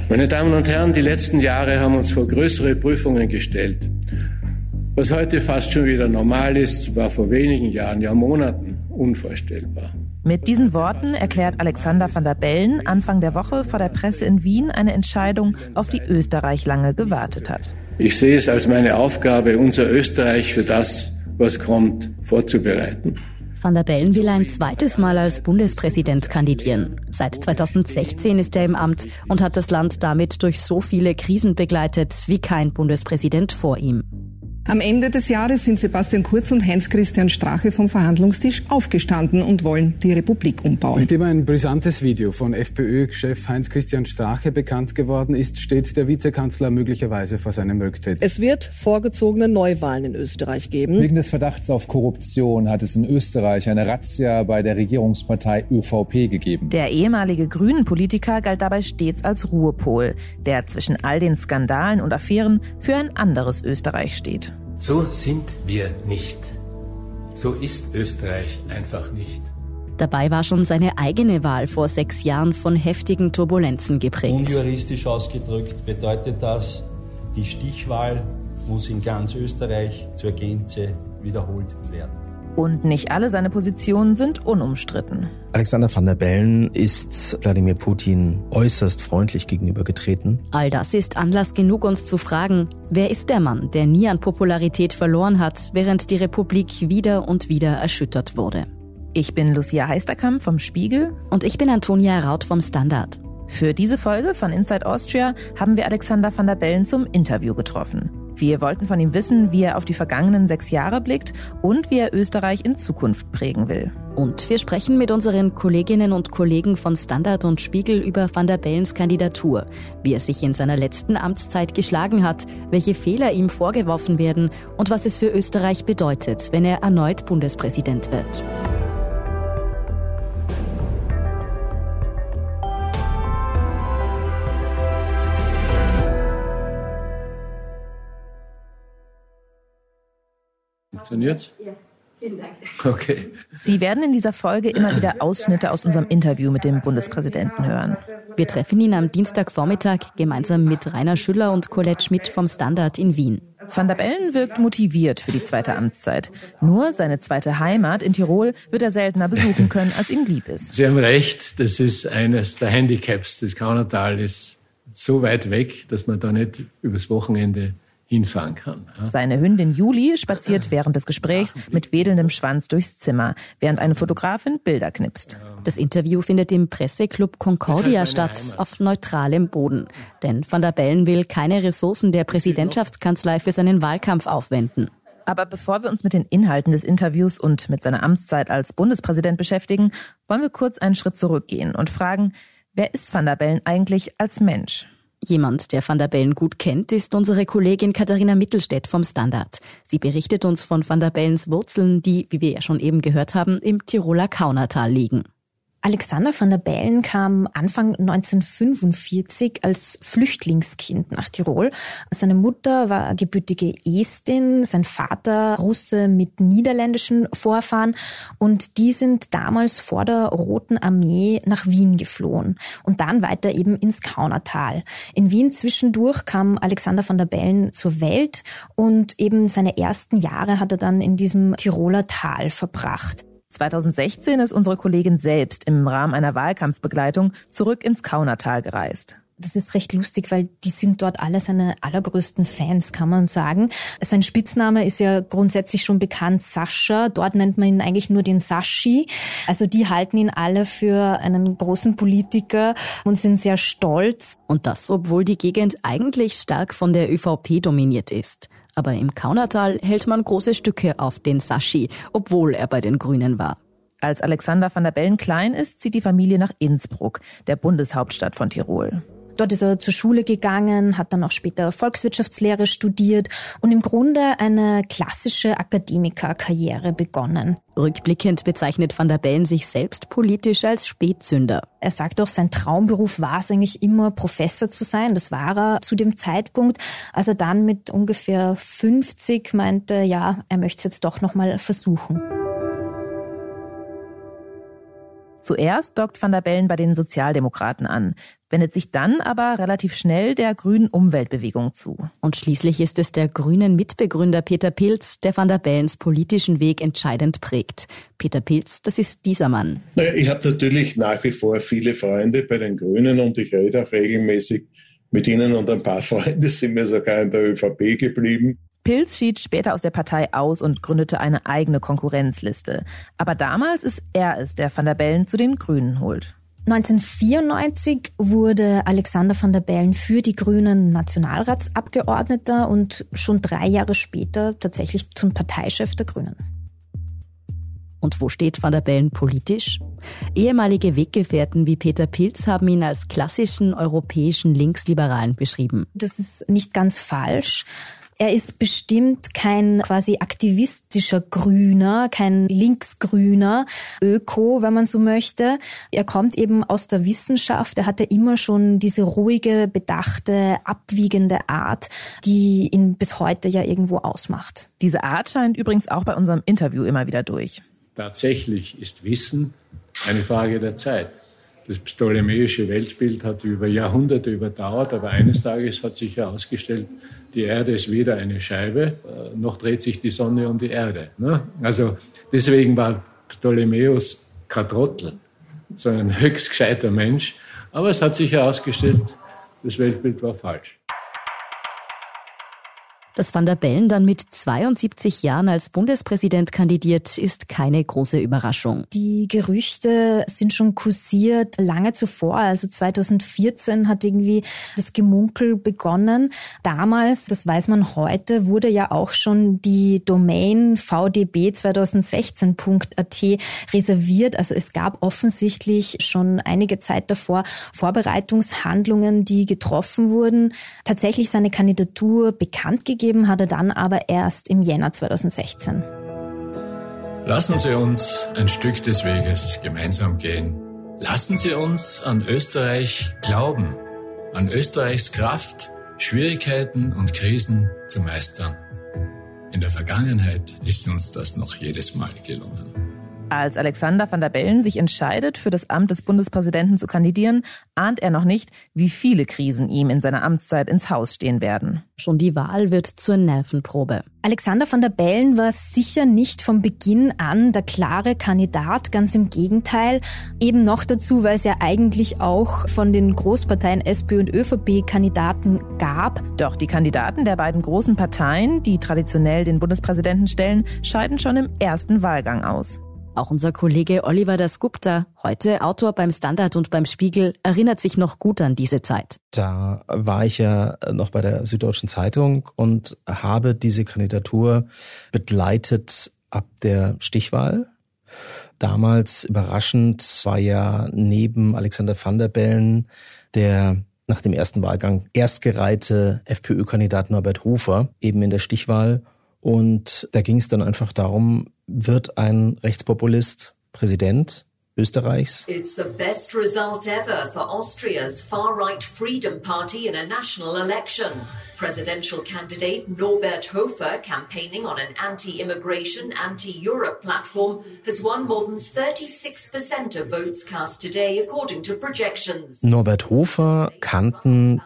Meine Damen und Herren, die letzten Jahre haben uns vor größere Prüfungen gestellt. Was heute fast schon wieder normal ist, war vor wenigen Jahren, ja Monaten, unvorstellbar. Mit diesen Worten erklärt Alexander Van der Bellen Anfang der Woche vor der Presse in Wien eine Entscheidung, auf die Österreich lange gewartet hat. Ich sehe es als meine Aufgabe, unser Österreich für das, was kommt, vorzubereiten. Van der Bellen will ein zweites Mal als Bundespräsident kandidieren. Seit 2016 ist er im Amt und hat das Land damit durch so viele Krisen begleitet wie kein Bundespräsident vor ihm. Am Ende des Jahres sind Sebastian Kurz und Heinz-Christian Strache vom Verhandlungstisch aufgestanden und wollen die Republik umbauen. Nachdem ein brisantes Video von FPÖ-Chef Heinz-Christian Strache bekannt geworden ist, steht der Vizekanzler möglicherweise vor seinem Rücktritt. Es wird vorgezogene Neuwahlen in Österreich geben. Wegen des Verdachts auf Korruption hat es in Österreich eine Razzia bei der Regierungspartei ÖVP gegeben. Der ehemalige Grünen-Politiker galt dabei stets als Ruhepol, der zwischen all den Skandalen und Affären für ein anderes Österreich steht. So sind wir nicht. So ist Österreich einfach nicht. Dabei war schon seine eigene Wahl vor 6 Jahren von heftigen Turbulenzen geprägt. Unjuristisch ausgedrückt bedeutet das, die Stichwahl muss in ganz Österreich zur Gänze wiederholt werden. Und nicht alle seine Positionen sind unumstritten. Alexander Van der Bellen ist Wladimir Putin äußerst freundlich gegenübergetreten. All das ist Anlass genug, uns zu fragen, wer ist der Mann, der nie an Popularität verloren hat, während die Republik wieder und wieder erschüttert wurde? Ich bin Lucia Heisterkamp vom Spiegel. Und ich bin Antonia Raut vom Standard. Für diese Folge von Inside Austria haben wir Alexander Van der Bellen zum Interview getroffen. Wir wollten von ihm wissen, wie er auf die vergangenen 6 Jahre blickt und wie er Österreich in Zukunft prägen will. Und wir sprechen mit unseren Kolleginnen und Kollegen von Standard und Spiegel über Van der Bellens Kandidatur, wie er sich in seiner letzten Amtszeit geschlagen hat, welche Fehler ihm vorgeworfen werden und was es für Österreich bedeutet, wenn er erneut Bundespräsident wird. Funktioniert's? Ja, vielen Dank. Okay. Sie werden in dieser Folge immer wieder Ausschnitte aus unserem Interview mit dem Bundespräsidenten hören. Wir treffen ihn am Dienstagvormittag gemeinsam mit Rainer Schüller und Colette Schmidt vom Standard in Wien. Van der Bellen wirkt motiviert für die zweite Amtszeit. Nur seine zweite Heimat in Tirol wird er seltener besuchen können, als ihm lieb ist. Sie haben recht, das ist eines der Handicaps. Das Kaunertal ist so weit weg, dass man da nicht übers Wochenende hinfahren kann. Ja. Seine Hündin Juli spaziert während des Gesprächs mit wedelndem Schwanz durchs Zimmer, während eine Fotografin Bilder knipst. Das Interview findet im Presseclub Concordia statt, auf neutralem Boden. Denn Van der Bellen will keine Ressourcen der Präsidentschaftskanzlei für seinen Wahlkampf aufwenden. Aber bevor wir uns mit den Inhalten des Interviews und mit seiner Amtszeit als Bundespräsident beschäftigen, wollen wir kurz einen Schritt zurückgehen und fragen, wer ist Van der Bellen eigentlich als Mensch? Jemand, der Van der Bellen gut kennt, ist unsere Kollegin Katharina Mittelstädt vom Standard. Sie berichtet uns von Van der Bellens Wurzeln, die, wie wir ja schon eben gehört haben, im Tiroler Kaunertal liegen. Alexander Van der Bellen kam Anfang 1945 als Flüchtlingskind nach Tirol. Seine Mutter war gebürtige Estin, sein Vater Russe mit niederländischen Vorfahren und die sind damals vor der Roten Armee nach Wien geflohen und dann weiter eben ins Kaunertal. In Wien zwischendurch kam Alexander Van der Bellen zur Welt und eben seine ersten Jahre hat er dann in diesem Tiroler Tal verbracht. 2016 ist unsere Kollegin selbst im Rahmen einer Wahlkampfbegleitung zurück ins Kaunertal gereist. Das ist recht lustig, weil die sind dort alle seine allergrößten Fans, kann man sagen. Sein Spitzname ist ja grundsätzlich schon bekannt, Sascha. Dort nennt man ihn eigentlich nur den Sashi. Also die halten ihn alle für einen großen Politiker und sind sehr stolz. Und das, obwohl die Gegend eigentlich stark von der ÖVP dominiert ist. Aber im Kaunertal hält man große Stücke auf den Sashi, obwohl er bei den Grünen war. Als Alexander Van der Bellen klein ist, zieht die Familie nach Innsbruck, der Bundeshauptstadt von Tirol. Dort ist er zur Schule gegangen, hat dann auch später Volkswirtschaftslehre studiert und im Grunde eine klassische Akademikerkarriere begonnen. Rückblickend bezeichnet Van der Bellen sich selbst politisch als Spätzünder. Er sagt auch, sein Traumberuf war es eigentlich immer, Professor zu sein. Das war er zu dem Zeitpunkt, als er dann mit ungefähr 50 meinte, ja, er möchte es jetzt doch nochmal versuchen. Zuerst dockt Van der Bellen bei den Sozialdemokraten an. wendet sich dann aber relativ schnell der grünen Umweltbewegung zu. Und schließlich ist es der grünen Mitbegründer Peter Pilz, der Van der Bellens politischen Weg entscheidend prägt. Peter Pilz, das ist dieser Mann. Naja, ich habe natürlich nach wie vor viele Freunde bei den Grünen und ich rede auch regelmäßig mit ihnen und ein paar Freunde sind mir sogar in der ÖVP geblieben. Pilz schied später aus der Partei aus und gründete eine eigene Konkurrenzliste. Aber damals ist er es, der Van der Bellen zu den Grünen holt. 1994 wurde Alexander Van der Bellen für die Grünen Nationalratsabgeordneter und schon 3 Jahre später tatsächlich zum Parteichef der Grünen. Und wo steht Van der Bellen politisch? Ehemalige Weggefährten wie Peter Pilz haben ihn als klassischen europäischen Linksliberalen beschrieben. Das ist nicht ganz falsch. Er ist bestimmt kein quasi aktivistischer Grüner, kein Linksgrüner, Öko, wenn man so möchte. Er kommt eben aus der Wissenschaft. Er hatte immer schon diese ruhige, bedachte, abwiegende Art, die ihn bis heute ja irgendwo ausmacht. Diese Art scheint übrigens auch bei unserem Interview immer wieder durch. Tatsächlich ist Wissen eine Frage der Zeit. Das ptolemäische Weltbild hat über Jahrhunderte überdauert, aber eines Tages hat sich herausgestellt, die Erde ist weder eine Scheibe, noch dreht sich die Sonne um die Erde. Also deswegen war Ptolemäus kein Trottel, sondern ein höchst gescheiter Mensch. Aber es hat sich herausgestellt, das Weltbild war falsch. Dass Van der Bellen dann mit 72 Jahren als Bundespräsident kandidiert, ist keine große Überraschung. Die Gerüchte sind schon kursiert lange zuvor. Also 2014 hat irgendwie das Gemunkel begonnen. Damals, das weiß man heute, wurde ja auch schon die Domain vdb2016.at reserviert. Also es gab offensichtlich schon einige Zeit davor Vorbereitungshandlungen, die getroffen wurden. Tatsächlich seine Kandidatur bekannt gegeben hat er dann aber erst im Jänner 2016. Lassen Sie uns ein Stück des Weges gemeinsam gehen. Lassen Sie uns an Österreich glauben, an Österreichs Kraft, Schwierigkeiten und Krisen zu meistern. In der Vergangenheit ist uns das noch jedes Mal gelungen. Als Alexander Van der Bellen sich entscheidet, für das Amt des Bundespräsidenten zu kandidieren, ahnt er noch nicht, wie viele Krisen ihm in seiner Amtszeit ins Haus stehen werden. Schon die Wahl wird zur Nervenprobe. Alexander Van der Bellen war sicher nicht von Beginn an der klare Kandidat, ganz im Gegenteil. Eben noch dazu, weil es ja eigentlich auch von den Großparteien SPÖ und ÖVP Kandidaten gab. Doch die Kandidaten der beiden großen Parteien, die traditionell den Bundespräsidenten stellen, scheiden schon im ersten Wahlgang aus. Auch unser Kollege Oliver Dasgupta, heute Autor beim Standard und beim Spiegel, erinnert sich noch gut an diese Zeit. Da war ich ja noch bei der Süddeutschen Zeitung und habe diese Kandidatur begleitet ab der Stichwahl. Damals überraschend war ja neben Alexander Van der Bellen der nach dem ersten Wahlgang erstgereihte FPÖ-Kandidat Norbert Hofer eben in der Stichwahl. Und da ging es dann einfach darum, wird ein Rechtspopulist Präsident Österreichs? It's the best result ever for Austria's far-right Freedom Party in a national election. Presidential candidate Norbert Hofer, campaigning on an anti-immigration, anti-Europe platform, has won more than 36% of votes cast today, according to projections. Norbert Hofer kannten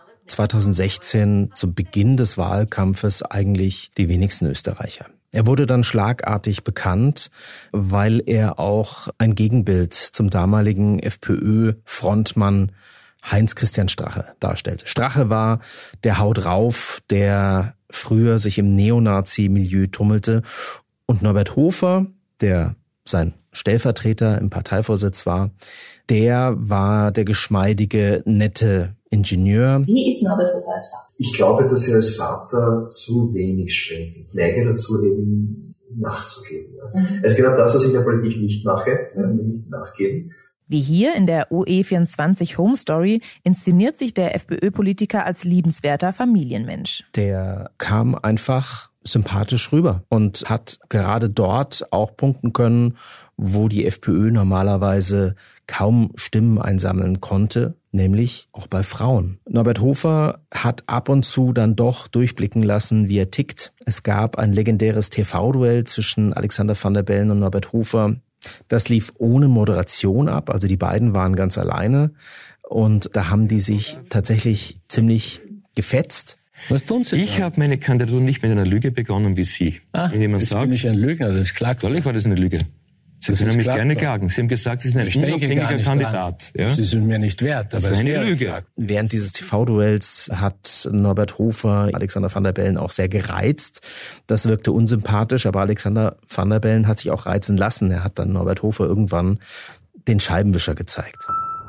2016 zum Beginn des Wahlkampfes eigentlich die wenigsten Österreicher. Er wurde dann schlagartig bekannt, weil er auch ein Gegenbild zum damaligen FPÖ-Frontmann Heinz-Christian Strache darstellte. Strache war der Haut rauf, der früher sich im Neonazi-Milieu tummelte. Und Norbert Hofer, der sein Stellvertreter im Parteivorsitz war, der war der geschmeidige, nette Ingenieur. Wie ist Norbert Hofer als Vater? Ich glaube, dass er als Vater zu wenig schenkt. Ich neige dazu, eben nachzugeben. Es ist genau das, was ich in der Politik nicht mache, nicht nachgeben. Wie hier in der OE24 Home Story inszeniert sich der FPÖ-Politiker als liebenswerter Familienmensch. Der kam einfach sympathisch rüber und hat gerade dort auch punkten können, wo die FPÖ normalerweise kaum Stimmen einsammeln konnte, nämlich auch bei Frauen. Norbert Hofer hat ab und zu dann doch durchblicken lassen, wie er tickt. Es gab ein legendäres TV-Duell zwischen Alexander Van der Bellen und Norbert Hofer. Das lief ohne Moderation ab, also die beiden waren ganz alleine. Und da haben die sich tatsächlich ziemlich gefetzt. Was tun Sie? Ich habe meine Kandidatur nicht mit einer Lüge begonnen wie Sie. Wenn jemand sagt, bin ich ein Lügner, das ist klar. Natürlich war das eine Lüge. Sie können mich gerne klagen. Sie haben gesagt, Sie sind ein unabhängiger Kandidat. Ja? Sie sind mir nicht wert. Aber das ist eine Lüge. Während dieses TV-Duells hat Norbert Hofer Alexander Van der Bellen auch sehr gereizt. Das wirkte unsympathisch, aber Alexander Van der Bellen hat sich auch reizen lassen. Er hat dann Norbert Hofer irgendwann den Scheibenwischer gezeigt.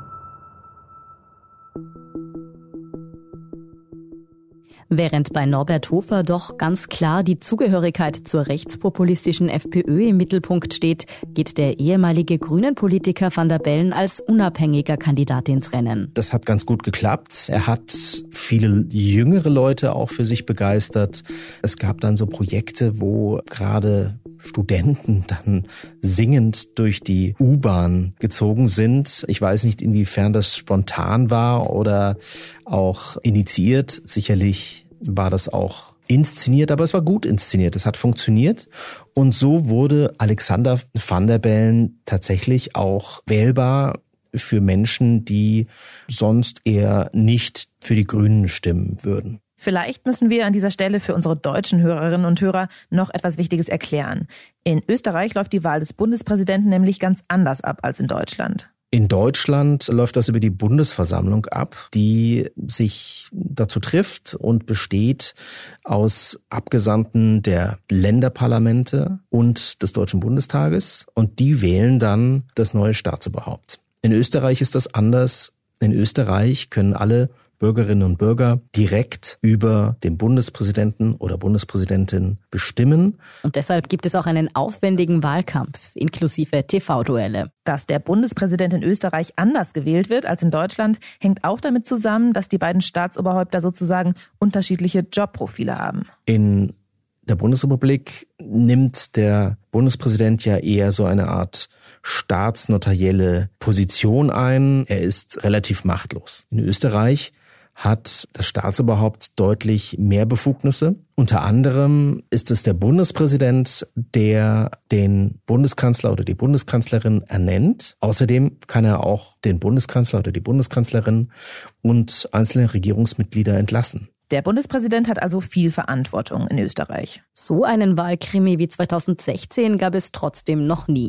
Während bei Norbert Hofer doch ganz klar die Zugehörigkeit zur rechtspopulistischen FPÖ im Mittelpunkt steht, geht der ehemalige Grünen-Politiker Van der Bellen als unabhängiger Kandidat ins Rennen. Das hat ganz gut geklappt. Er hat viele jüngere Leute auch für sich begeistert. Es gab dann so Projekte, wo gerade Studenten dann singend durch die U-Bahn gezogen sind. Ich weiß nicht, inwiefern das spontan war oder auch initiiert. Sicherlich war das auch inszeniert, aber es war gut inszeniert. Es hat funktioniert. Und so wurde Alexander Van der Bellen tatsächlich auch wählbar für Menschen, die sonst eher nicht für die Grünen stimmen würden. Vielleicht müssen wir an dieser Stelle für unsere deutschen Hörerinnen und Hörer noch etwas Wichtiges erklären. In Österreich läuft die Wahl des Bundespräsidenten nämlich ganz anders ab als in Deutschland. In Deutschland läuft das über die Bundesversammlung ab, die sich dazu trifft und besteht aus Abgesandten der Länderparlamente und des Deutschen Bundestages. Und die wählen dann das neue Staatsoberhaupt. In Österreich ist das anders. In Österreich können alle Bürgerinnen und Bürger direkt über den Bundespräsidenten oder Bundespräsidentin bestimmen. Und deshalb gibt es auch einen aufwendigen Wahlkampf inklusive TV-Duelle. Dass der Bundespräsident in Österreich anders gewählt wird als in Deutschland, hängt auch damit zusammen, dass die beiden Staatsoberhäupter sozusagen unterschiedliche Jobprofile haben. In der Bundesrepublik nimmt der Bundespräsident ja eher so eine Art staatsnotarielle Position ein. Er ist relativ machtlos. In Österreich hat das Staatsoberhaupt deutlich mehr Befugnisse. Unter anderem ist es der Bundespräsident, der den Bundeskanzler oder die Bundeskanzlerin ernennt. Außerdem kann er auch den Bundeskanzler oder die Bundeskanzlerin und einzelne Regierungsmitglieder entlassen. Der Bundespräsident hat also viel Verantwortung in Österreich. So einen Wahlkrimi wie 2016 gab es trotzdem noch nie.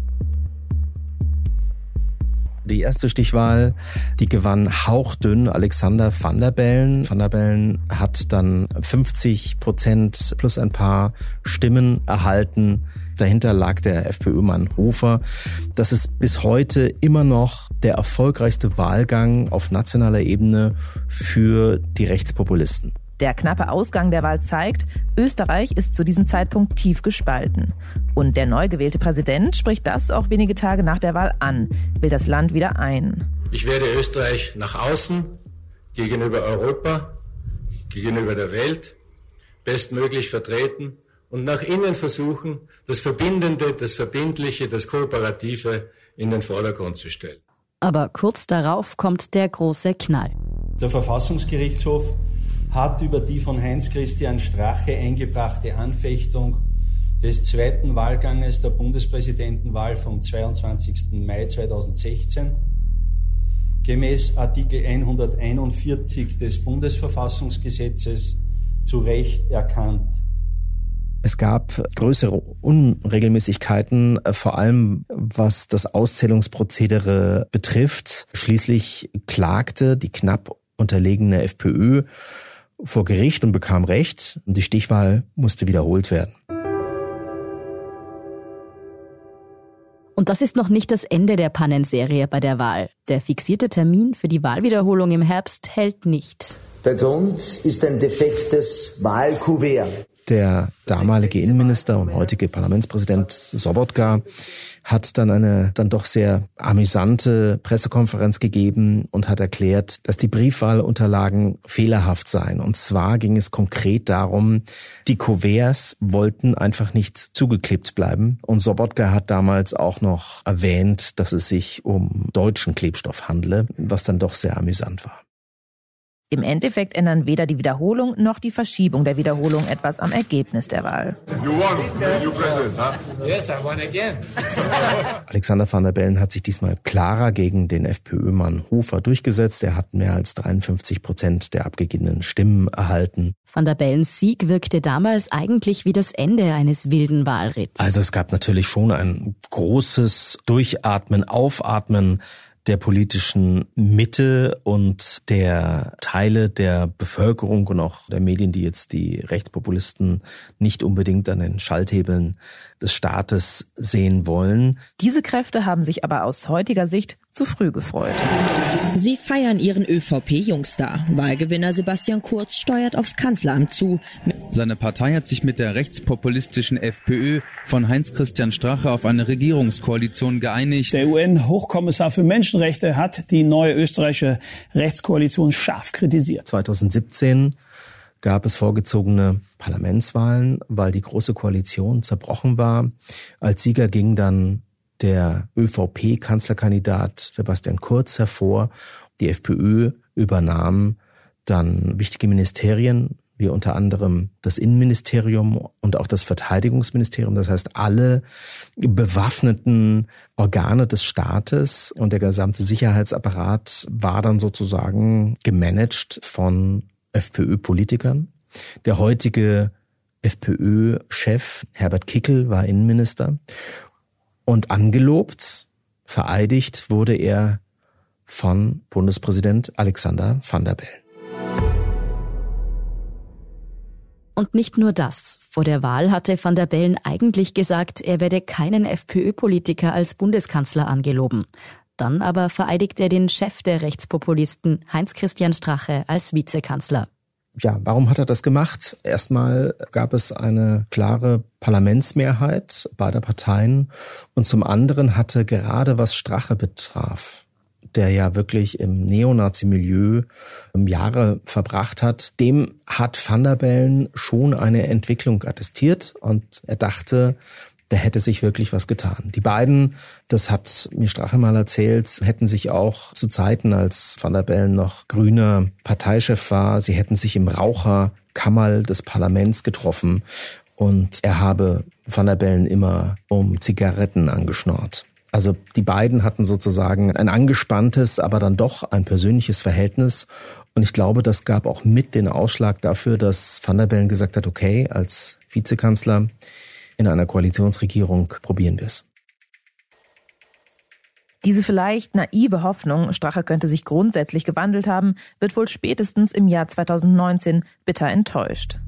Die erste Stichwahl, die gewann hauchdünn Alexander Van der Bellen. Van der Bellen hat dann 50% plus ein paar Stimmen erhalten. Dahinter lag der FPÖ-Mann Hofer. Das ist bis heute immer noch der erfolgreichste Wahlgang auf nationaler Ebene für die Rechtspopulisten. Der knappe Ausgang der Wahl zeigt, Österreich ist zu diesem Zeitpunkt tief gespalten. Und der neu gewählte Präsident spricht das auch wenige Tage nach der Wahl an, will das Land wieder ein. Ich werde Österreich nach außen, gegenüber Europa, gegenüber der Welt, bestmöglich vertreten und nach innen versuchen, das Verbindende, das Verbindliche, das Kooperative in den Vordergrund zu stellen. Aber kurz darauf kommt der große Knall. Der Verfassungsgerichtshof hat über die von Heinz-Christian Strache eingebrachte Anfechtung des zweiten Wahlganges der Bundespräsidentenwahl vom 22. Mai 2016 gemäß Artikel 141 des Bundesverfassungsgesetzes zu Recht erkannt. Es gab größere Unregelmäßigkeiten, vor allem was das Auszählungsprozedere betrifft. Schließlich klagte die knapp unterlegene FPÖ vor Gericht und bekam Recht. Die Stichwahl musste wiederholt werden. Und das ist noch nicht das Ende der Pannenserie bei der Wahl. Der fixierte Termin für die Wahlwiederholung im Herbst hält nicht. Der Grund ist ein defektes Wahlkuvert. Der damalige Innenminister und heutige Parlamentspräsident Sobotka hat dann eine dann doch sehr amüsante Pressekonferenz gegeben und hat erklärt, dass die Briefwahlunterlagen fehlerhaft seien. Und zwar ging es konkret darum, die Kuverts wollten einfach nicht zugeklebt bleiben. Und Sobotka hat damals auch noch erwähnt, dass es sich um deutschen Klebstoff handle, was dann doch sehr amüsant war. Im Endeffekt ändern weder die Wiederholung noch die Verschiebung der Wiederholung etwas am Ergebnis der Wahl. Alexander Van der Bellen hat sich diesmal klarer gegen den FPÖ-Mann Hofer durchgesetzt. Er hat mehr als 53% der abgegebenen Stimmen erhalten. Van der Bellens Sieg wirkte damals eigentlich wie das Ende eines wilden Wahlritts. Also es gab natürlich schon ein großes Durchatmen, Aufatmen der politischen Mitte und der Teile der Bevölkerung und auch der Medien, die jetzt die Rechtspopulisten nicht unbedingt an den Schalthebeln des Staates sehen wollen. Diese Kräfte haben sich aber aus heutiger Sicht zu früh gefreut. Sie feiern ihren ÖVP-Jungstar. Wahlgewinner Sebastian Kurz steuert aufs Kanzleramt zu. Seine Partei hat sich mit der rechtspopulistischen FPÖ von Heinz-Christian Strache auf eine Regierungskoalition geeinigt. Der UN-Hochkommissar für Menschenrechte hat die neue österreichische Rechtskoalition scharf kritisiert. 2017 gab es vorgezogene Parlamentswahlen, weil die Große Koalition zerbrochen war. Als Sieger ging dann der ÖVP-Kanzlerkandidat Sebastian Kurz hervor. Die FPÖ übernahm dann wichtige Ministerien, wie unter anderem das Innenministerium und auch das Verteidigungsministerium. Das heißt, alle bewaffneten Organe des Staates und der gesamte Sicherheitsapparat war dann sozusagen gemanagt von FPÖ-Politikern. Der heutige FPÖ-Chef Herbert Kickl war Innenminister. Und angelobt, vereidigt wurde er von Bundespräsident Alexander Van der Bellen. Und nicht nur das. Vor der Wahl hatte Van der Bellen eigentlich gesagt, er werde keinen FPÖ-Politiker als Bundeskanzler angeloben. Dann aber vereidigt er den Chef der Rechtspopulisten, Heinz-Christian Strache, als Vizekanzler. Ja, warum hat er das gemacht? Erstmal gab es eine klare Parlamentsmehrheit beider Parteien und zum anderen hatte gerade was Strache betraf, der ja wirklich im Neonazi-Milieu Jahre verbracht hat, dem hat Van der Bellen schon eine Entwicklung attestiert und er dachte, da hätte sich wirklich was getan. Die beiden, das hat mir Strache mal erzählt, hätten sich auch zu Zeiten, als Van der Bellen noch grüner Parteichef war, sie hätten sich im Raucherkammerl des Parlaments getroffen und er habe Van der Bellen immer um Zigaretten angeschnort. Also die beiden hatten sozusagen ein angespanntes, aber dann doch ein persönliches Verhältnis. Und ich glaube, das gab auch mit den Ausschlag dafür, dass Van der Bellen gesagt hat, okay, als Vizekanzler in einer Koalitionsregierung probieren wir es. Diese vielleicht naive Hoffnung, Strache könnte sich grundsätzlich gewandelt haben, wird wohl spätestens im Jahr 2019 bitter enttäuscht.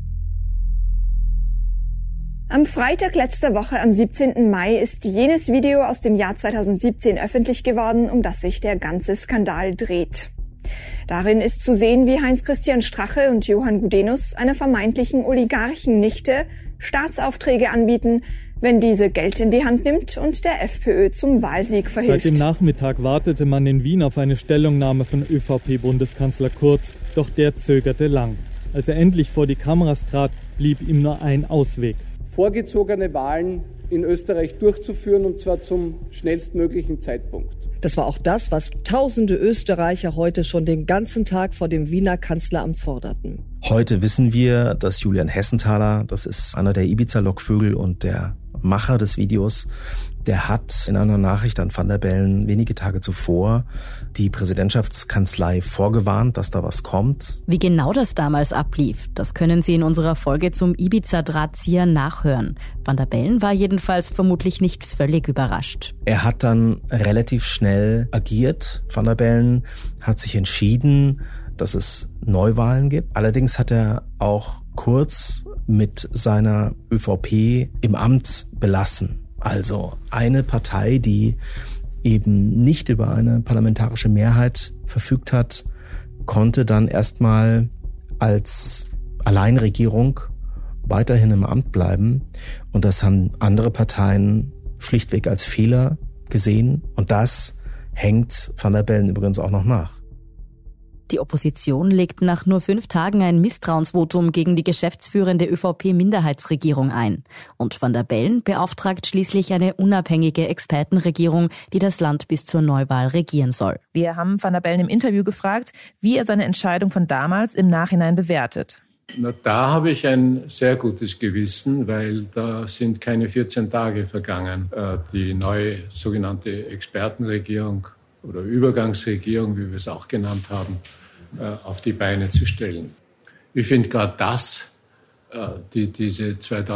Am Freitag letzter Woche, am 17. Mai, ist jenes Video aus dem Jahr 2017 öffentlich geworden, um das sich der ganze Skandal dreht. Darin ist zu sehen, wie Heinz-Christian Strache und Johann Gudenus einer vermeintlichen Oligarchennichte Staatsaufträge anbieten, wenn diese Geld in die Hand nimmt und der FPÖ zum Wahlsieg verhilft. Seit dem Nachmittag wartete man in Wien auf eine Stellungnahme von ÖVP-Bundeskanzler Kurz, doch der zögerte lang. Als er endlich vor die Kameras trat, blieb ihm nur ein Ausweg: vorgezogene Wahlen in Österreich durchzuführen, und zwar zum schnellstmöglichen Zeitpunkt. Das war auch das, was tausende Österreicher heute schon den ganzen Tag vor dem Wiener Kanzleramt forderten. Heute wissen wir, dass Julian Hessenthaler, das ist einer der Ibiza-Lockvögel und der Macher des Videos, der hat in einer Nachricht an Van der Bellen wenige Tage zuvor die Präsidentschaftskanzlei vorgewarnt, dass da was kommt. Wie genau das damals ablief, das können Sie in unserer Folge zum Ibiza-Drahtzieher nachhören. Van der Bellen war jedenfalls vermutlich nicht völlig überrascht. Er hat dann relativ schnell agiert. Van der Bellen hat sich entschieden, dass es Neuwahlen gibt. Allerdings hat er auch Kurz mit seiner ÖVP im Amt belassen. Also eine Partei, die eben nicht über eine parlamentarische Mehrheit verfügt hat, konnte dann erstmal als Alleinregierung weiterhin im Amt bleiben. Und das haben andere Parteien schlichtweg als Fehler gesehen. Und das hängt Van der Bellen übrigens auch noch nach. Die Opposition legt nach nur 5 Tagen ein Misstrauensvotum gegen die geschäftsführende ÖVP-Minderheitsregierung ein. Und Van der Bellen beauftragt schließlich eine unabhängige Expertenregierung, die das Land bis zur Neuwahl regieren soll. Wir haben Van der Bellen im Interview gefragt, wie er seine Entscheidung von damals im Nachhinein bewertet. Na, da habe ich ein sehr gutes Gewissen, weil da sind keine 14 Tage vergangen. Die neue sogenannte Expertenregierung oder Übergangsregierung, wie wir es auch genannt haben, auf die Beine zu stellen. Ich finde gerade diese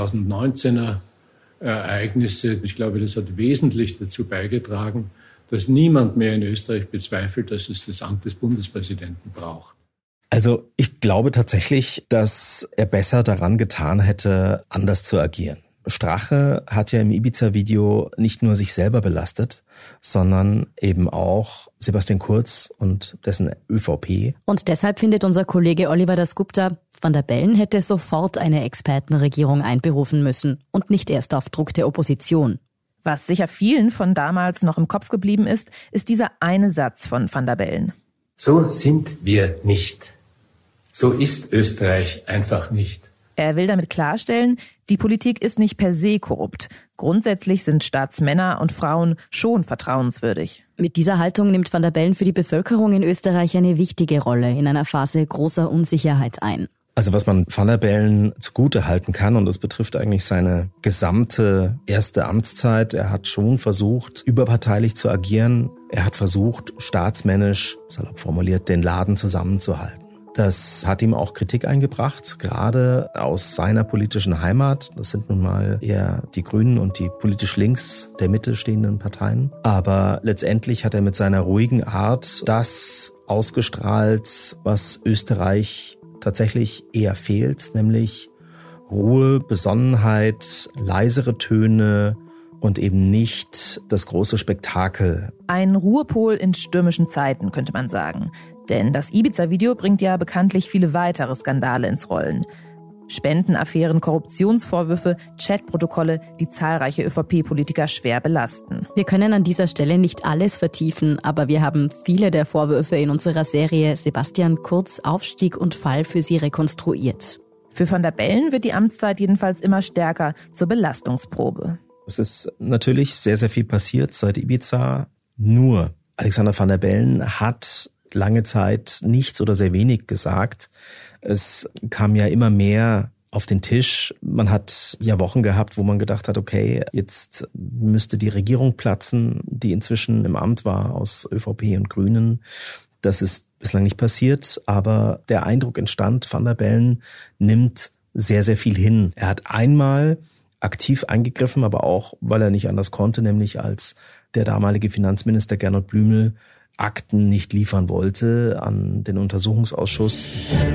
2019er Ereignisse, ich glaube, das hat wesentlich dazu beigetragen, dass niemand mehr in Österreich bezweifelt, dass es das Amt des Bundespräsidenten braucht. Also ich glaube tatsächlich, dass er besser daran getan hätte, anders zu agieren. Strache hat ja im Ibiza-Video nicht nur sich selber belastet, sondern eben auch Sebastian Kurz und dessen ÖVP. Und deshalb findet unser Kollege Oliver Dasgupta, Van der Bellen hätte sofort eine Expertenregierung einberufen müssen und nicht erst auf Druck der Opposition. Was sicher vielen von damals noch im Kopf geblieben ist dieser eine Satz von Van der Bellen. So sind wir nicht. So ist Österreich einfach nicht. Er will damit klarstellen, die Politik ist nicht per se korrupt. Grundsätzlich sind Staatsmänner und Frauen schon vertrauenswürdig. Mit dieser Haltung nimmt Van der Bellen für die Bevölkerung in Österreich eine wichtige Rolle in einer Phase großer Unsicherheit ein. Also was man Van der Bellen zugute halten kann, und das betrifft eigentlich seine gesamte erste Amtszeit, er hat schon versucht, überparteilich zu agieren. Er hat versucht, staatsmännisch, salopp formuliert, den Laden zusammenzuhalten. Das hat ihm auch Kritik eingebracht, gerade aus seiner politischen Heimat. Das sind nun mal eher die Grünen und die politisch links der Mitte stehenden Parteien. Aber letztendlich hat er mit seiner ruhigen Art das ausgestrahlt, was Österreich tatsächlich eher fehlt, nämlich Ruhe, Besonnenheit, leisere Töne und eben nicht das große Spektakel. Ein Ruhepol in stürmischen Zeiten, könnte man sagen. Denn das Ibiza-Video bringt ja bekanntlich viele weitere Skandale ins Rollen. Spendenaffären, Korruptionsvorwürfe, Chatprotokolle, die zahlreiche ÖVP-Politiker schwer belasten. Wir können an dieser Stelle nicht alles vertiefen, aber wir haben viele der Vorwürfe in unserer Serie Sebastian Kurz, Aufstieg und Fall für Sie rekonstruiert. Für Van der Bellen wird die Amtszeit jedenfalls immer stärker zur Belastungsprobe. Es ist natürlich sehr, sehr viel passiert seit Ibiza. Nur Alexander Van der Bellen hat lange Zeit nichts oder sehr wenig gesagt. Es kam ja immer mehr auf den Tisch. Man hat ja Wochen gehabt, wo man gedacht hat, okay, jetzt müsste die Regierung platzen, die inzwischen im Amt war aus ÖVP und Grünen. Das ist bislang nicht passiert, aber der Eindruck entstand, Van der Bellen nimmt sehr, sehr viel hin. Er hat einmal aktiv eingegriffen, aber auch, weil er nicht anders konnte, nämlich als der damalige Finanzminister Gernot Blümel Akten nicht liefern wollte an den Untersuchungsausschuss.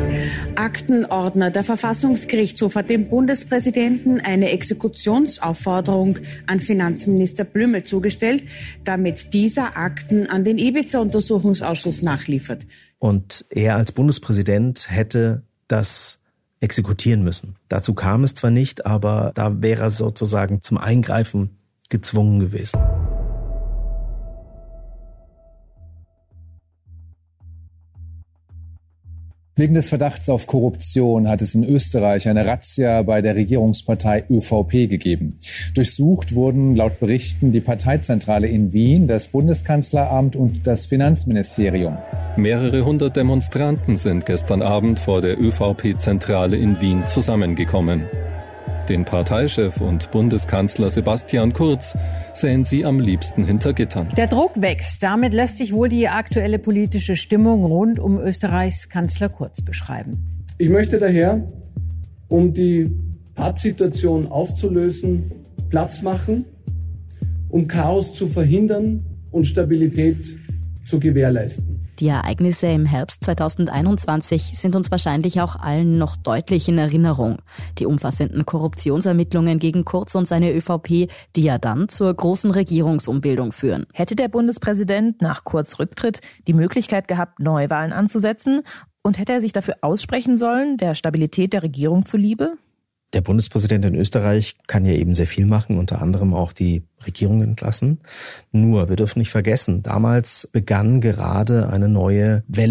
Aktenordner. Der Verfassungsgerichtshof hat dem Bundespräsidenten eine Exekutionsaufforderung an Finanzminister Blümel zugestellt, damit dieser Akten an den Ibiza-Untersuchungsausschuss nachliefert. Und er als Bundespräsident hätte das exekutieren müssen. Dazu kam es zwar nicht, aber da wäre er sozusagen zum Eingreifen gezwungen gewesen. Wegen des Verdachts auf Korruption hat es in Österreich eine Razzia bei der Regierungspartei ÖVP gegeben. Durchsucht wurden laut Berichten die Parteizentrale in Wien, das Bundeskanzleramt und das Finanzministerium. Mehrere hundert Demonstranten sind gestern Abend vor der ÖVP-Zentrale in Wien zusammengekommen. Den Parteichef und Bundeskanzler Sebastian Kurz sehen sie am liebsten hinter Gittern. Der Druck wächst. Damit lässt sich wohl die aktuelle politische Stimmung rund um Österreichs Kanzler Kurz beschreiben. Ich möchte daher, um die Pattsituation aufzulösen, Platz machen, um Chaos zu verhindern und Stabilität zu gewährleisten. Die Ereignisse im Herbst 2021 sind uns wahrscheinlich auch allen noch deutlich in Erinnerung. Die umfassenden Korruptionsermittlungen gegen Kurz und seine ÖVP, die ja dann zur großen Regierungsumbildung führen. Hätte der Bundespräsident nach Kurz Rücktritt die Möglichkeit gehabt, Neuwahlen anzusetzen? Und hätte er sich dafür aussprechen sollen, der Stabilität der Regierung zuliebe? Der Bundespräsident in Österreich kann ja eben sehr viel machen, unter anderem auch die Regierung entlassen. Nur, wir dürfen nicht vergessen, damals begann gerade eine neue Welle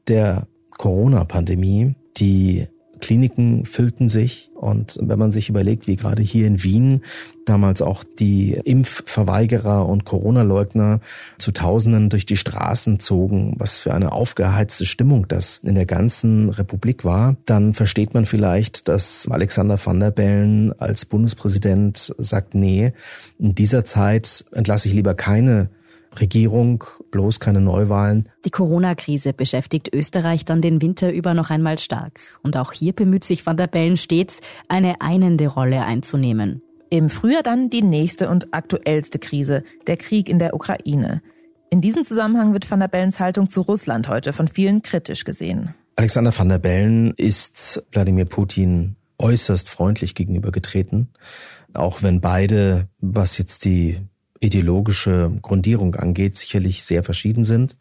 der Corona-Pandemie. Die Kliniken füllten sich und wenn man sich überlegt, wie gerade hier in Wien damals auch die Impfverweigerer und Corona-Leugner zu Tausenden durch die Straßen zogen, was für eine aufgeheizte Stimmung das in der ganzen Republik war, dann versteht man vielleicht, dass Alexander Van der Bellen als Bundespräsident sagt, nee, in dieser Zeit entlasse ich lieber keine Regierung, bloß keine Neuwahlen. Die Corona-Krise beschäftigt Österreich dann den Winter über noch einmal stark. Und auch hier bemüht sich Van der Bellen stets, eine einende Rolle einzunehmen. Im Frühjahr dann die nächste und aktuellste Krise, der Krieg in der Ukraine. In diesem Zusammenhang wird Van der Bellens Haltung zu Russland heute von vielen kritisch gesehen. Alexander Van der Bellen ist Wladimir Putin äußerst freundlich gegenübergetreten, auch wenn beide, was jetzt die ideologische Grundierung angeht, sicherlich sehr verschieden sind,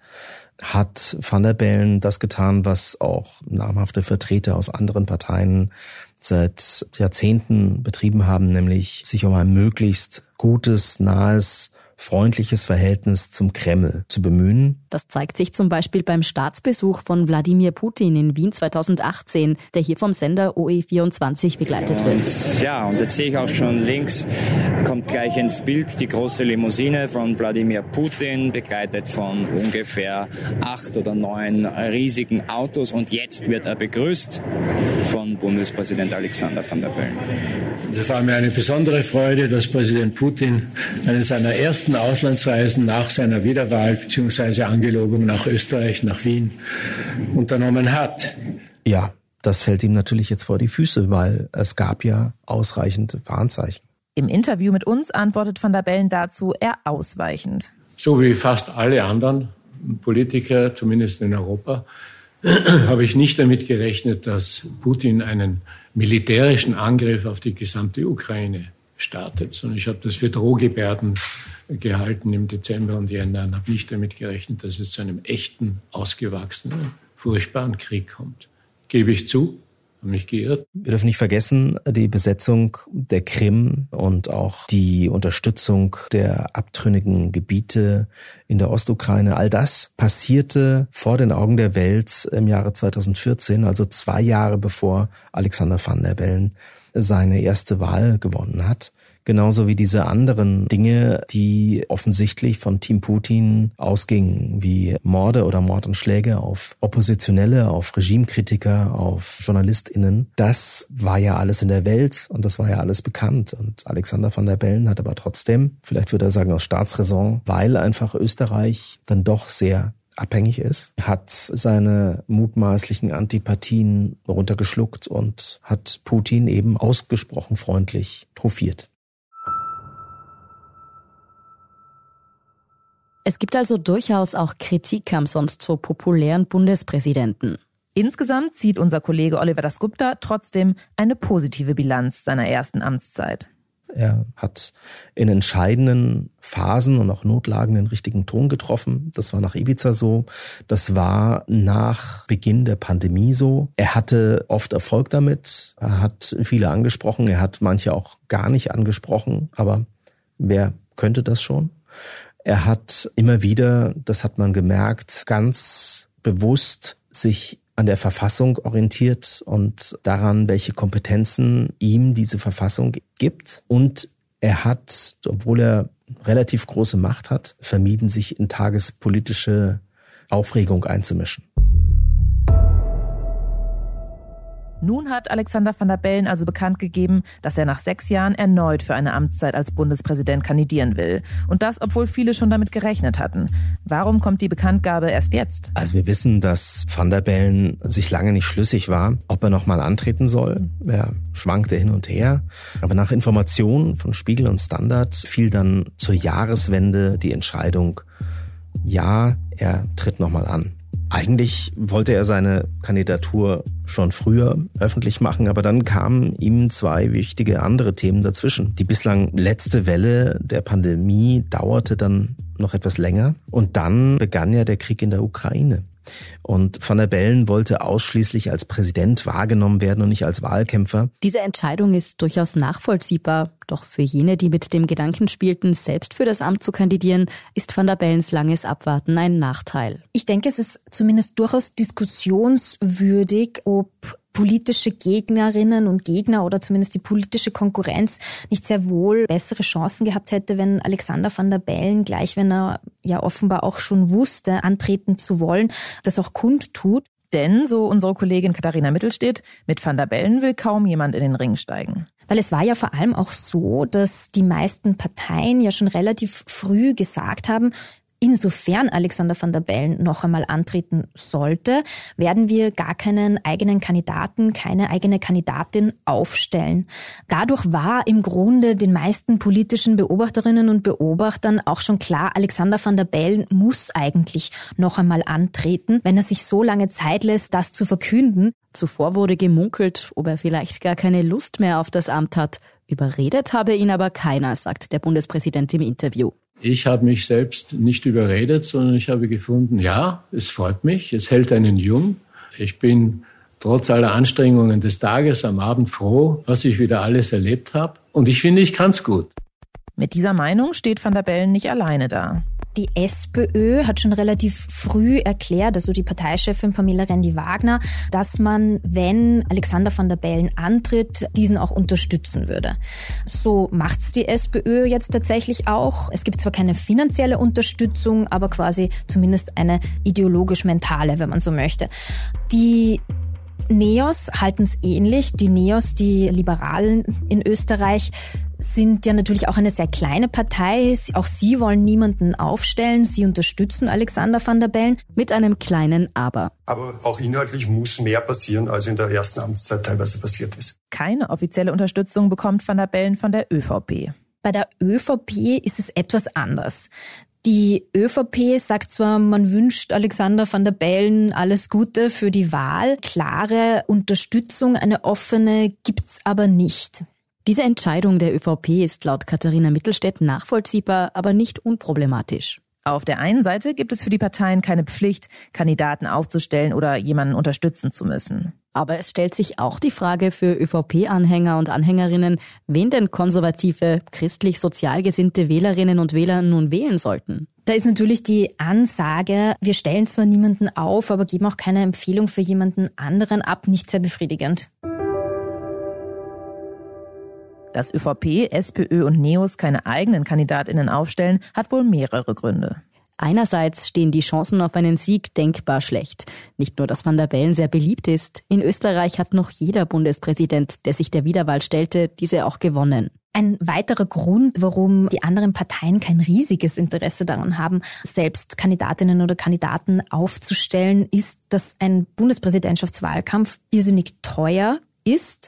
hat Van der Bellen das getan, was auch namhafte Vertreter aus anderen Parteien seit Jahrzehnten betrieben haben, nämlich sich um ein möglichst gutes, nahes, freundliches Verhältnis zum Kreml zu bemühen. Das zeigt sich zum Beispiel beim Staatsbesuch von Wladimir Putin in Wien 2018, der hier vom Sender OE24 begleitet wird. Und jetzt sehe ich auch schon links, kommt gleich ins Bild die große Limousine von Wladimir Putin, begleitet von ungefähr 8 oder 9 riesigen Autos. Und jetzt wird er begrüßt von Bundespräsident Alexander Van der Bellen. Es war mir eine besondere Freude, dass Präsident Putin eine seiner ersten Auslandsreisen nach seiner Wiederwahl bzw. Angelobung nach Österreich, nach Wien unternommen hat. Ja, das fällt ihm natürlich jetzt vor die Füße, weil es gab ja ausreichend Warnzeichen. Im Interview mit uns antwortet Van der Bellen dazu eher ausweichend. So wie fast alle anderen Politiker, zumindest in Europa, habe ich nicht damit gerechnet, dass Putin einen militärischen Angriff auf die gesamte Ukraine startet, sondern ich habe das für Drohgebärden gehalten im Dezember und Jänner und habe nicht damit gerechnet, dass es zu einem echten, ausgewachsenen, furchtbaren Krieg kommt. Gebe ich zu, habe mich geirrt. Wir dürfen nicht vergessen, die Besetzung der Krim und auch die Unterstützung der abtrünnigen Gebiete in der Ostukraine, all das passierte vor den Augen der Welt im Jahre 2014, also 2 Jahre bevor Alexander Van der Bellen seine erste Wahl gewonnen hat. Genauso wie diese anderen Dinge, die offensichtlich von Team Putin ausgingen, wie Morde oder Mordanschläge auf Oppositionelle, auf Regimekritiker, auf JournalistInnen. Das war ja alles in der Welt und das war ja alles bekannt. Und Alexander Van der Bellen hat aber trotzdem, vielleicht würde er sagen aus Staatsräson, weil einfach Österreich dann doch sehr abhängig ist, hat seine mutmaßlichen Antipathien runtergeschluckt und hat Putin eben ausgesprochen freundlich hofiert. Es gibt also durchaus auch Kritik am sonst so populären Bundespräsidenten. Insgesamt zieht unser Kollege Oliver Dasgupta trotzdem eine positive Bilanz seiner ersten Amtszeit. Er hat in entscheidenden Phasen und auch Notlagen den richtigen Ton getroffen. Das war nach Ibiza so. Das war nach Beginn der Pandemie so. Er hatte oft Erfolg damit. Er hat viele angesprochen. Er hat manche auch gar nicht angesprochen. Aber wer könnte das schon? Er hat immer wieder, das hat man gemerkt, ganz bewusst sich an der Verfassung orientiert und daran, welche Kompetenzen ihm diese Verfassung gibt. Und er hat, obwohl er relativ große Macht hat, vermieden, sich in tagespolitische Aufregung einzumischen. Nun hat Alexander Van der Bellen also bekannt gegeben, dass er nach 6 Jahren erneut für eine Amtszeit als Bundespräsident kandidieren will. Und das, obwohl viele schon damit gerechnet hatten. Warum kommt die Bekanntgabe erst jetzt? Also wir wissen, dass Van der Bellen sich lange nicht schlüssig war, ob er nochmal antreten soll. Er schwankte hin und her. Aber nach Informationen von Spiegel und Standard fiel dann zur Jahreswende die Entscheidung, ja, er tritt nochmal an. Eigentlich wollte er seine Kandidatur schon früher öffentlich machen, aber dann kamen ihm 2 wichtige andere Themen dazwischen. Die bislang letzte Welle der Pandemie dauerte dann noch etwas länger und dann begann ja der Krieg in der Ukraine. Und Van der Bellen wollte ausschließlich als Präsident wahrgenommen werden und nicht als Wahlkämpfer. Diese Entscheidung ist durchaus nachvollziehbar. Doch für jene, die mit dem Gedanken spielten, selbst für das Amt zu kandidieren, ist Van der Bellens langes Abwarten ein Nachteil. Ich denke, es ist zumindest durchaus diskussionswürdig, ob politische Gegnerinnen und Gegner oder zumindest die politische Konkurrenz nicht sehr wohl bessere Chancen gehabt hätte, wenn Alexander Van der Bellen, gleich wenn er ja offenbar auch schon wusste, antreten zu wollen, das auch kundtut. Denn, so unsere Kollegin Katharina Mittelstedt, mit Van der Bellen will kaum jemand in den Ring steigen. Weil es war ja vor allem auch so, dass die meisten Parteien ja schon relativ früh gesagt haben, insofern Alexander Van der Bellen noch einmal antreten sollte, werden wir gar keinen eigenen Kandidaten, keine eigene Kandidatin aufstellen. Dadurch war im Grunde den meisten politischen Beobachterinnen und Beobachtern auch schon klar, Alexander Van der Bellen muss eigentlich noch einmal antreten, wenn er sich so lange Zeit lässt, das zu verkünden. Zuvor wurde gemunkelt, ob er vielleicht gar keine Lust mehr auf das Amt hat. Überredet habe ihn aber keiner, sagt der Bundespräsident im Interview. Ich habe mich selbst nicht überredet, sondern ich habe gefunden, ja, es freut mich, es hält einen jung. Ich bin trotz aller Anstrengungen des Tages am Abend froh, was ich wieder alles erlebt habe. Und ich finde, ich kann's gut. Mit dieser Meinung steht Van der Bellen nicht alleine da. Die SPÖ hat schon relativ früh erklärt, also die Parteichefin Pamela Rendi-Wagner, dass man, wenn Alexander Van der Bellen antritt, diesen auch unterstützen würde. So macht's die SPÖ jetzt tatsächlich auch. Es gibt zwar keine finanzielle Unterstützung, aber quasi zumindest eine ideologisch-mentale, wenn man so möchte. Die NEOS halten es ähnlich. Die NEOS, die Liberalen in Österreich, sind ja natürlich auch eine sehr kleine Partei. Auch sie wollen niemanden aufstellen. Sie unterstützen Alexander Van der Bellen mit einem kleinen Aber. Aber auch inhaltlich muss mehr passieren, als in der ersten Amtszeit teilweise passiert ist. Keine offizielle Unterstützung bekommt Van der Bellen von der ÖVP. Bei der ÖVP ist es etwas anders. Die ÖVP sagt zwar, man wünscht Alexander Van der Bellen alles Gute für die Wahl. Klare Unterstützung, eine offene, gibt's aber nicht. Diese Entscheidung der ÖVP ist laut Katharina Mittelstedt nachvollziehbar, aber nicht unproblematisch. Auf der einen Seite gibt es für die Parteien keine Pflicht, Kandidaten aufzustellen oder jemanden unterstützen zu müssen. Aber es stellt sich auch die Frage für ÖVP-Anhänger und Anhängerinnen, wen denn konservative, christlich-sozial gesinnte Wählerinnen und Wähler nun wählen sollten. Da ist natürlich die Ansage, wir stellen zwar niemanden auf, aber geben auch keine Empfehlung für jemanden anderen ab, nicht sehr befriedigend. Dass ÖVP, SPÖ und NEOS keine eigenen KandidatInnen aufstellen, hat wohl mehrere Gründe. Einerseits stehen die Chancen auf einen Sieg denkbar schlecht. Nicht nur, dass Van der Bellen sehr beliebt ist. In Österreich hat noch jeder Bundespräsident, der sich der Wiederwahl stellte, diese auch gewonnen. Ein weiterer Grund, warum die anderen Parteien kein riesiges Interesse daran haben, selbst Kandidatinnen oder Kandidaten aufzustellen, ist, dass ein Bundespräsidentschaftswahlkampf irrsinnig teuer ist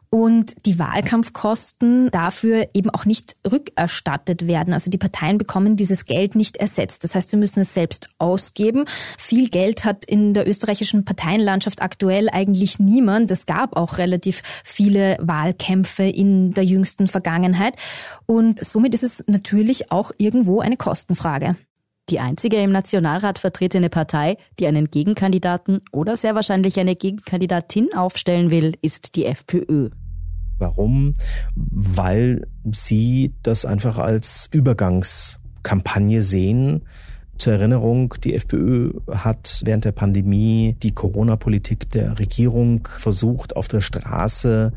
und die Wahlkampfkosten dafür eben auch nicht rückerstattet werden. Also die Parteien bekommen dieses Geld nicht ersetzt. Das heißt, sie müssen es selbst ausgeben. Viel Geld hat in der österreichischen Parteienlandschaft aktuell eigentlich niemand. Es gab auch relativ viele Wahlkämpfe in der jüngsten Vergangenheit. Und somit ist es natürlich auch irgendwo eine Kostenfrage. Die einzige im Nationalrat vertretene Partei, die einen Gegenkandidaten oder sehr wahrscheinlich eine Gegenkandidatin aufstellen will, ist die FPÖ. Warum? Weil sie das einfach als Übergangskampagne sehen. Zur Erinnerung, die FPÖ hat während der Pandemie die Corona-Politik der Regierung versucht, auf der Straße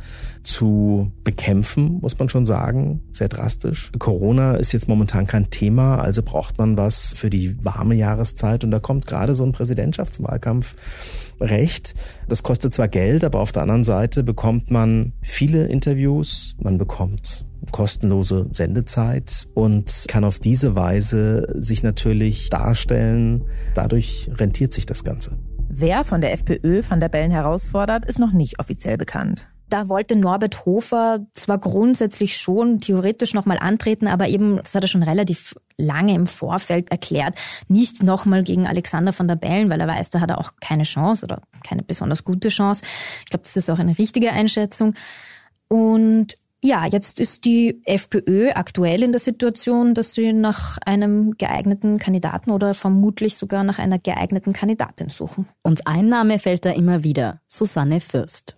zu bekämpfen, muss man schon sagen, sehr drastisch. Corona ist jetzt momentan kein Thema, also braucht man was für die warme Jahreszeit und da kommt gerade so ein Präsidentschaftswahlkampf recht. Das kostet zwar Geld, aber auf der anderen Seite bekommt man viele Interviews, man bekommt kostenlose Sendezeit und kann auf diese Weise sich natürlich darstellen. Dadurch rentiert sich das Ganze. Wer von der FPÖ Van der Bellen herausfordert, ist noch nicht offiziell bekannt. Da wollte Norbert Hofer zwar grundsätzlich schon theoretisch nochmal antreten, aber eben, das hat er schon relativ lange im Vorfeld erklärt, nicht nochmal gegen Alexander Van der Bellen, weil er weiß, da hat er auch keine Chance oder keine besonders gute Chance. Ich glaube, das ist auch eine richtige Einschätzung. Und Ja, jetzt ist die FPÖ aktuell in der Situation, dass sie nach einem geeigneten Kandidaten oder vermutlich sogar nach einer geeigneten Kandidatin suchen. Und ein Name fällt da immer wieder: Susanne Fürst.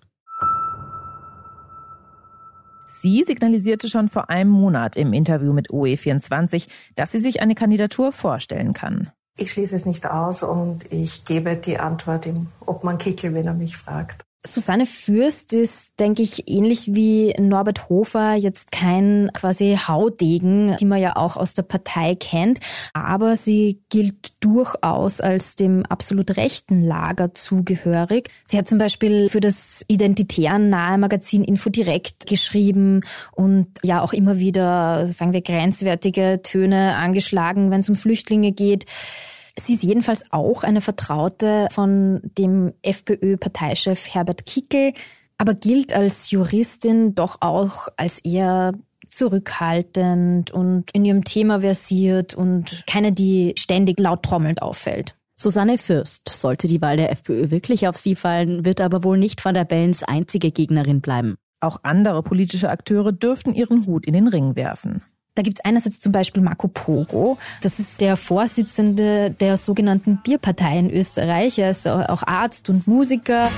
Sie signalisierte schon vor einem Monat im Interview mit OE24, dass sie sich eine Kandidatur vorstellen kann. Ich schließe es nicht aus und ich gebe die Antwort dem Obmann Kickl, wenn er mich fragt. Susanne Fürst ist, denke ich, ähnlich wie Norbert Hofer jetzt kein quasi Haudegen, die man ja auch aus der Partei kennt. Aber sie gilt durchaus als dem absolut rechten Lager zugehörig. Sie hat zum Beispiel für das identitären nahe Magazin Infodirekt geschrieben und ja auch immer wieder, sagen wir, grenzwertige Töne angeschlagen, wenn es um Flüchtlinge geht. Sie ist jedenfalls auch eine Vertraute von dem FPÖ-Parteichef Herbert Kickl, aber gilt als Juristin doch auch als eher zurückhaltend und in ihrem Thema versiert und keine, die ständig laut trommelnd auffällt. Susanne Fürst, sollte die Wahl der FPÖ wirklich auf sie fallen, wird aber wohl nicht Van der Bellens einzige Gegnerin bleiben. Auch andere politische Akteure dürften ihren Hut in den Ring werfen. Da gibt es einerseits zum Beispiel Marco Pogo. Das ist der Vorsitzende der sogenannten Bierpartei in Österreich. Er ist auch Arzt und Musiker.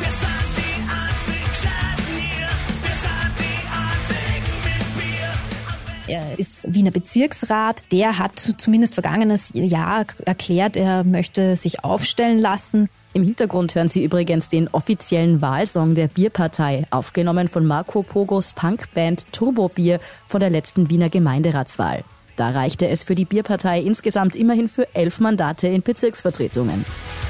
Er ist Wiener Bezirksrat. Der hat zumindest vergangenes Jahr erklärt, er möchte sich aufstellen lassen. Im Hintergrund hören Sie übrigens den offiziellen Wahlsong der Bierpartei, aufgenommen von Marco Pogos Punkband Turbo Bier vor der letzten Wiener Gemeinderatswahl. Da reichte es für die Bierpartei insgesamt immerhin für 11 Mandate in Bezirksvertretungen.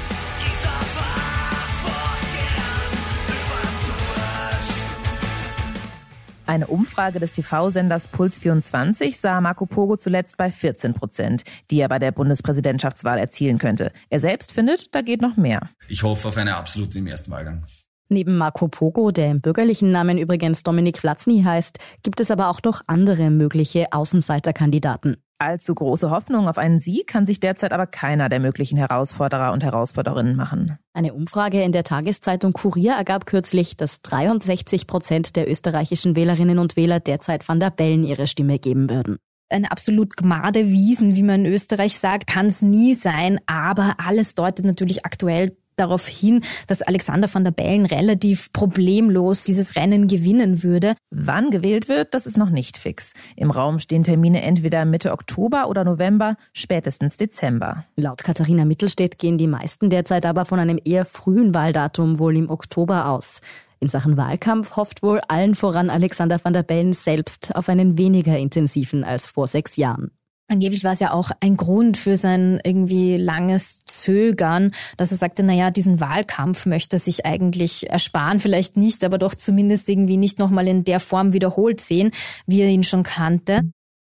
Eine Umfrage des TV-Senders Puls24 sah Marco Pogo zuletzt bei 14%, die er bei der Bundespräsidentschaftswahl erzielen könnte. Er selbst findet, da geht noch mehr. Ich hoffe auf eine Absolute im ersten Wahlgang. Neben Marco Pogo, der im bürgerlichen Namen übrigens Dominik Vlatzny heißt, gibt es aber auch noch andere mögliche Außenseiterkandidaten. Allzu große Hoffnung auf einen Sieg kann sich derzeit aber keiner der möglichen Herausforderer und Herausforderinnen machen. Eine Umfrage in der Tageszeitung Kurier ergab kürzlich, dass 63% der österreichischen Wählerinnen und Wähler derzeit Van der Bellen ihre Stimme geben würden. Eine absolut gmade Wiesen, wie man in Österreich sagt, kann es nie sein, aber alles deutet natürlich aktuell darauf hin, dass Alexander Van der Bellen relativ problemlos dieses Rennen gewinnen würde. Wann gewählt wird, das ist noch nicht fix. Im Raum stehen Termine entweder Mitte Oktober oder November, spätestens Dezember. Laut Katharina Mittelstädt gehen die meisten derzeit aber von einem eher frühen Wahldatum, wohl im Oktober, aus. In Sachen Wahlkampf hofft wohl allen voran Alexander Van der Bellen selbst auf einen weniger intensiven als vor 6 Jahren. Angeblich war es ja auch ein Grund für sein irgendwie langes Zögern, dass er sagte, diesen Wahlkampf möchte er sich eigentlich ersparen, vielleicht nicht, aber doch zumindest irgendwie nicht nochmal in der Form wiederholt sehen, wie er ihn schon kannte.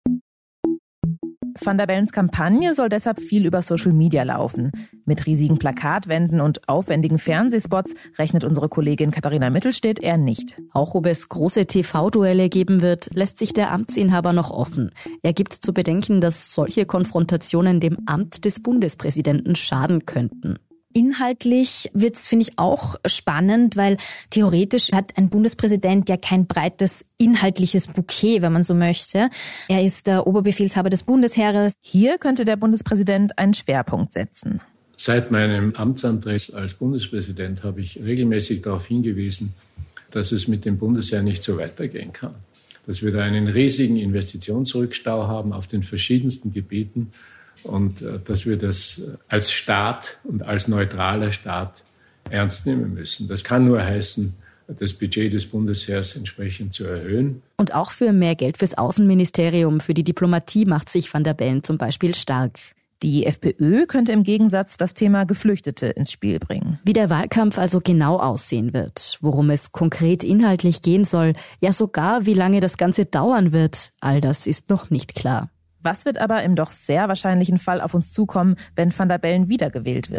Van der Bellens Kampagne soll deshalb viel über Social Media laufen. Mit riesigen Plakatwänden und aufwendigen Fernsehspots rechnet unsere Kollegin Katharina Mittelstädt eher nicht. Auch ob es große TV-Duelle geben wird, lässt sich der Amtsinhaber noch offen. Er gibt zu bedenken, dass solche Konfrontationen dem Amt des Bundespräsidenten schaden könnten. Inhaltlich wird's, finde ich, auch spannend, weil theoretisch hat ein Bundespräsident ja kein breites inhaltliches Bouquet, wenn man so möchte. Er ist der Oberbefehlshaber des Bundesheeres. Hier könnte der Bundespräsident einen Schwerpunkt setzen. Seit meinem Amtsantritt als Bundespräsident habe ich regelmäßig darauf hingewiesen, dass es mit dem Bundesheer nicht so weitergehen kann. Dass wir da einen riesigen Investitionsrückstau haben auf den verschiedensten Gebieten. Und dass wir das als Staat und als neutraler Staat ernst nehmen müssen. Das kann nur heißen, das Budget des Bundesheers entsprechend zu erhöhen. Und auch für mehr Geld fürs Außenministerium, für die Diplomatie macht sich Van der Bellen zum Beispiel stark. Die FPÖ könnte im Gegensatz das Thema Geflüchtete ins Spiel bringen. Wie der Wahlkampf also genau aussehen wird, worum es konkret inhaltlich gehen soll, ja sogar wie lange das Ganze dauern wird, all das ist noch nicht klar. Was wird aber im doch sehr wahrscheinlichen Fall auf uns zukommen, wenn Van der Bellen wiedergewählt wird?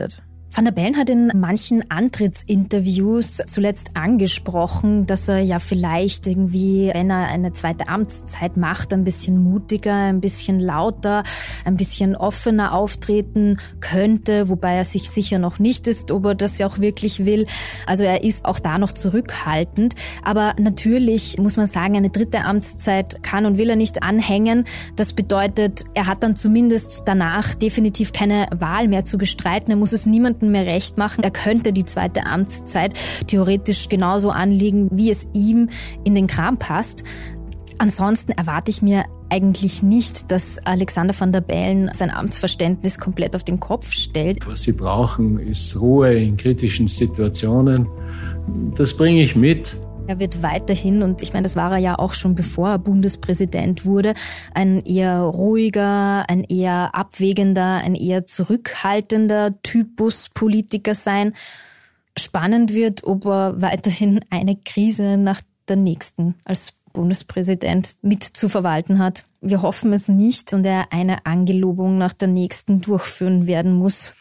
Van der Bellen hat in manchen Antrittsinterviews zuletzt angesprochen, dass er ja vielleicht irgendwie, wenn er eine zweite Amtszeit macht, ein bisschen mutiger, ein bisschen lauter, ein bisschen offener auftreten könnte, wobei er sich sicher noch nicht ist, ob er das ja auch wirklich will. Also er ist auch da noch zurückhaltend. Aber natürlich muss man sagen, eine dritte Amtszeit kann und will er nicht anhängen. Das bedeutet, er hat dann zumindest danach definitiv keine Wahl mehr zu bestreiten. Er muss es niemandem mehr recht machen. Er könnte die zweite Amtszeit theoretisch genauso anlegen, wie es ihm in den Kram passt. Ansonsten erwarte ich mir eigentlich nicht, dass Alexander Van der Bellen sein Amtsverständnis komplett auf den Kopf stellt. Was sie brauchen, ist Ruhe in kritischen Situationen. Das bringe ich mit. Er wird weiterhin, und ich meine, das war er ja auch schon bevor er Bundespräsident wurde, ein eher ruhiger, ein eher abwägender, ein eher zurückhaltender Typus Politiker sein. Spannend wird, ob er weiterhin eine Krise nach der nächsten als Bundespräsident mit zu verwalten hat. Wir hoffen es nicht und er eine Angelobung nach der nächsten durchführen werden muss.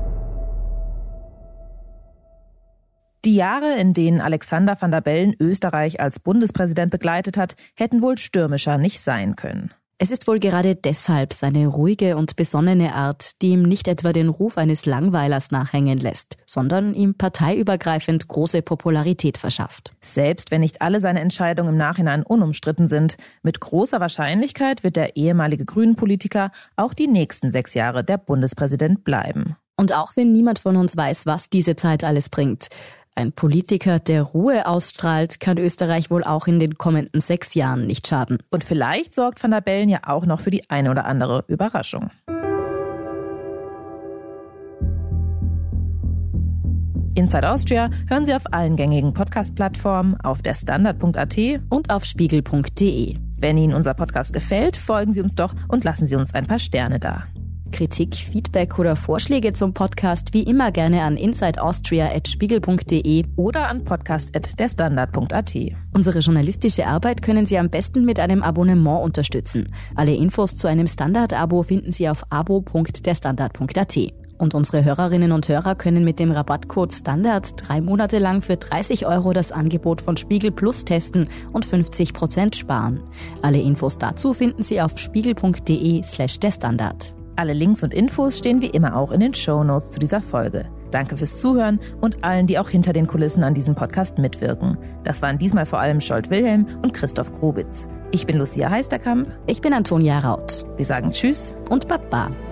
Die Jahre, in denen Alexander Van der Bellen Österreich als Bundespräsident begleitet hat, hätten wohl stürmischer nicht sein können. Es ist wohl gerade deshalb seine ruhige und besonnene Art, die ihm nicht etwa den Ruf eines Langweilers nachhängen lässt, sondern ihm parteiübergreifend große Popularität verschafft. Selbst wenn nicht alle seine Entscheidungen im Nachhinein unumstritten sind, mit großer Wahrscheinlichkeit wird der ehemalige Grünen-Politiker auch die nächsten 6 Jahre der Bundespräsident bleiben. Und auch wenn niemand von uns weiß, was diese Zeit alles bringt, ein Politiker, der Ruhe ausstrahlt, kann Österreich wohl auch in den kommenden 6 Jahren nicht schaden. Und vielleicht sorgt Van der Bellen ja auch noch für die eine oder andere Überraschung. Inside Austria hören Sie auf allen gängigen Podcast-Plattformen, auf der Standard.at und auf spiegel.de. Wenn Ihnen unser Podcast gefällt, folgen Sie uns doch und lassen Sie uns ein paar Sterne da. Kritik, Feedback oder Vorschläge zum Podcast wie immer gerne an insideaustria@spiegel.de oder an podcast@derstandard.at. Unsere journalistische Arbeit können Sie am besten mit einem Abonnement unterstützen. Alle Infos zu einem Standard-Abo finden Sie auf abo.derstandard.at. Und unsere Hörerinnen und Hörer können mit dem Rabattcode STANDARD 3 Monate lang für 30 € das Angebot von Spiegel Plus testen und 50% sparen. Alle Infos dazu finden Sie auf spiegel.de/derstandard. Alle Links und Infos stehen wie immer auch in den Shownotes zu dieser Folge. Danke fürs Zuhören und allen, die auch hinter den Kulissen an diesem Podcast mitwirken. Das waren diesmal vor allem Scholt Wilhelm und Christoph Grubitz. Ich bin Lucia Heisterkamp. Ich bin Antonia Raut. Wir sagen Tschüss und Baba.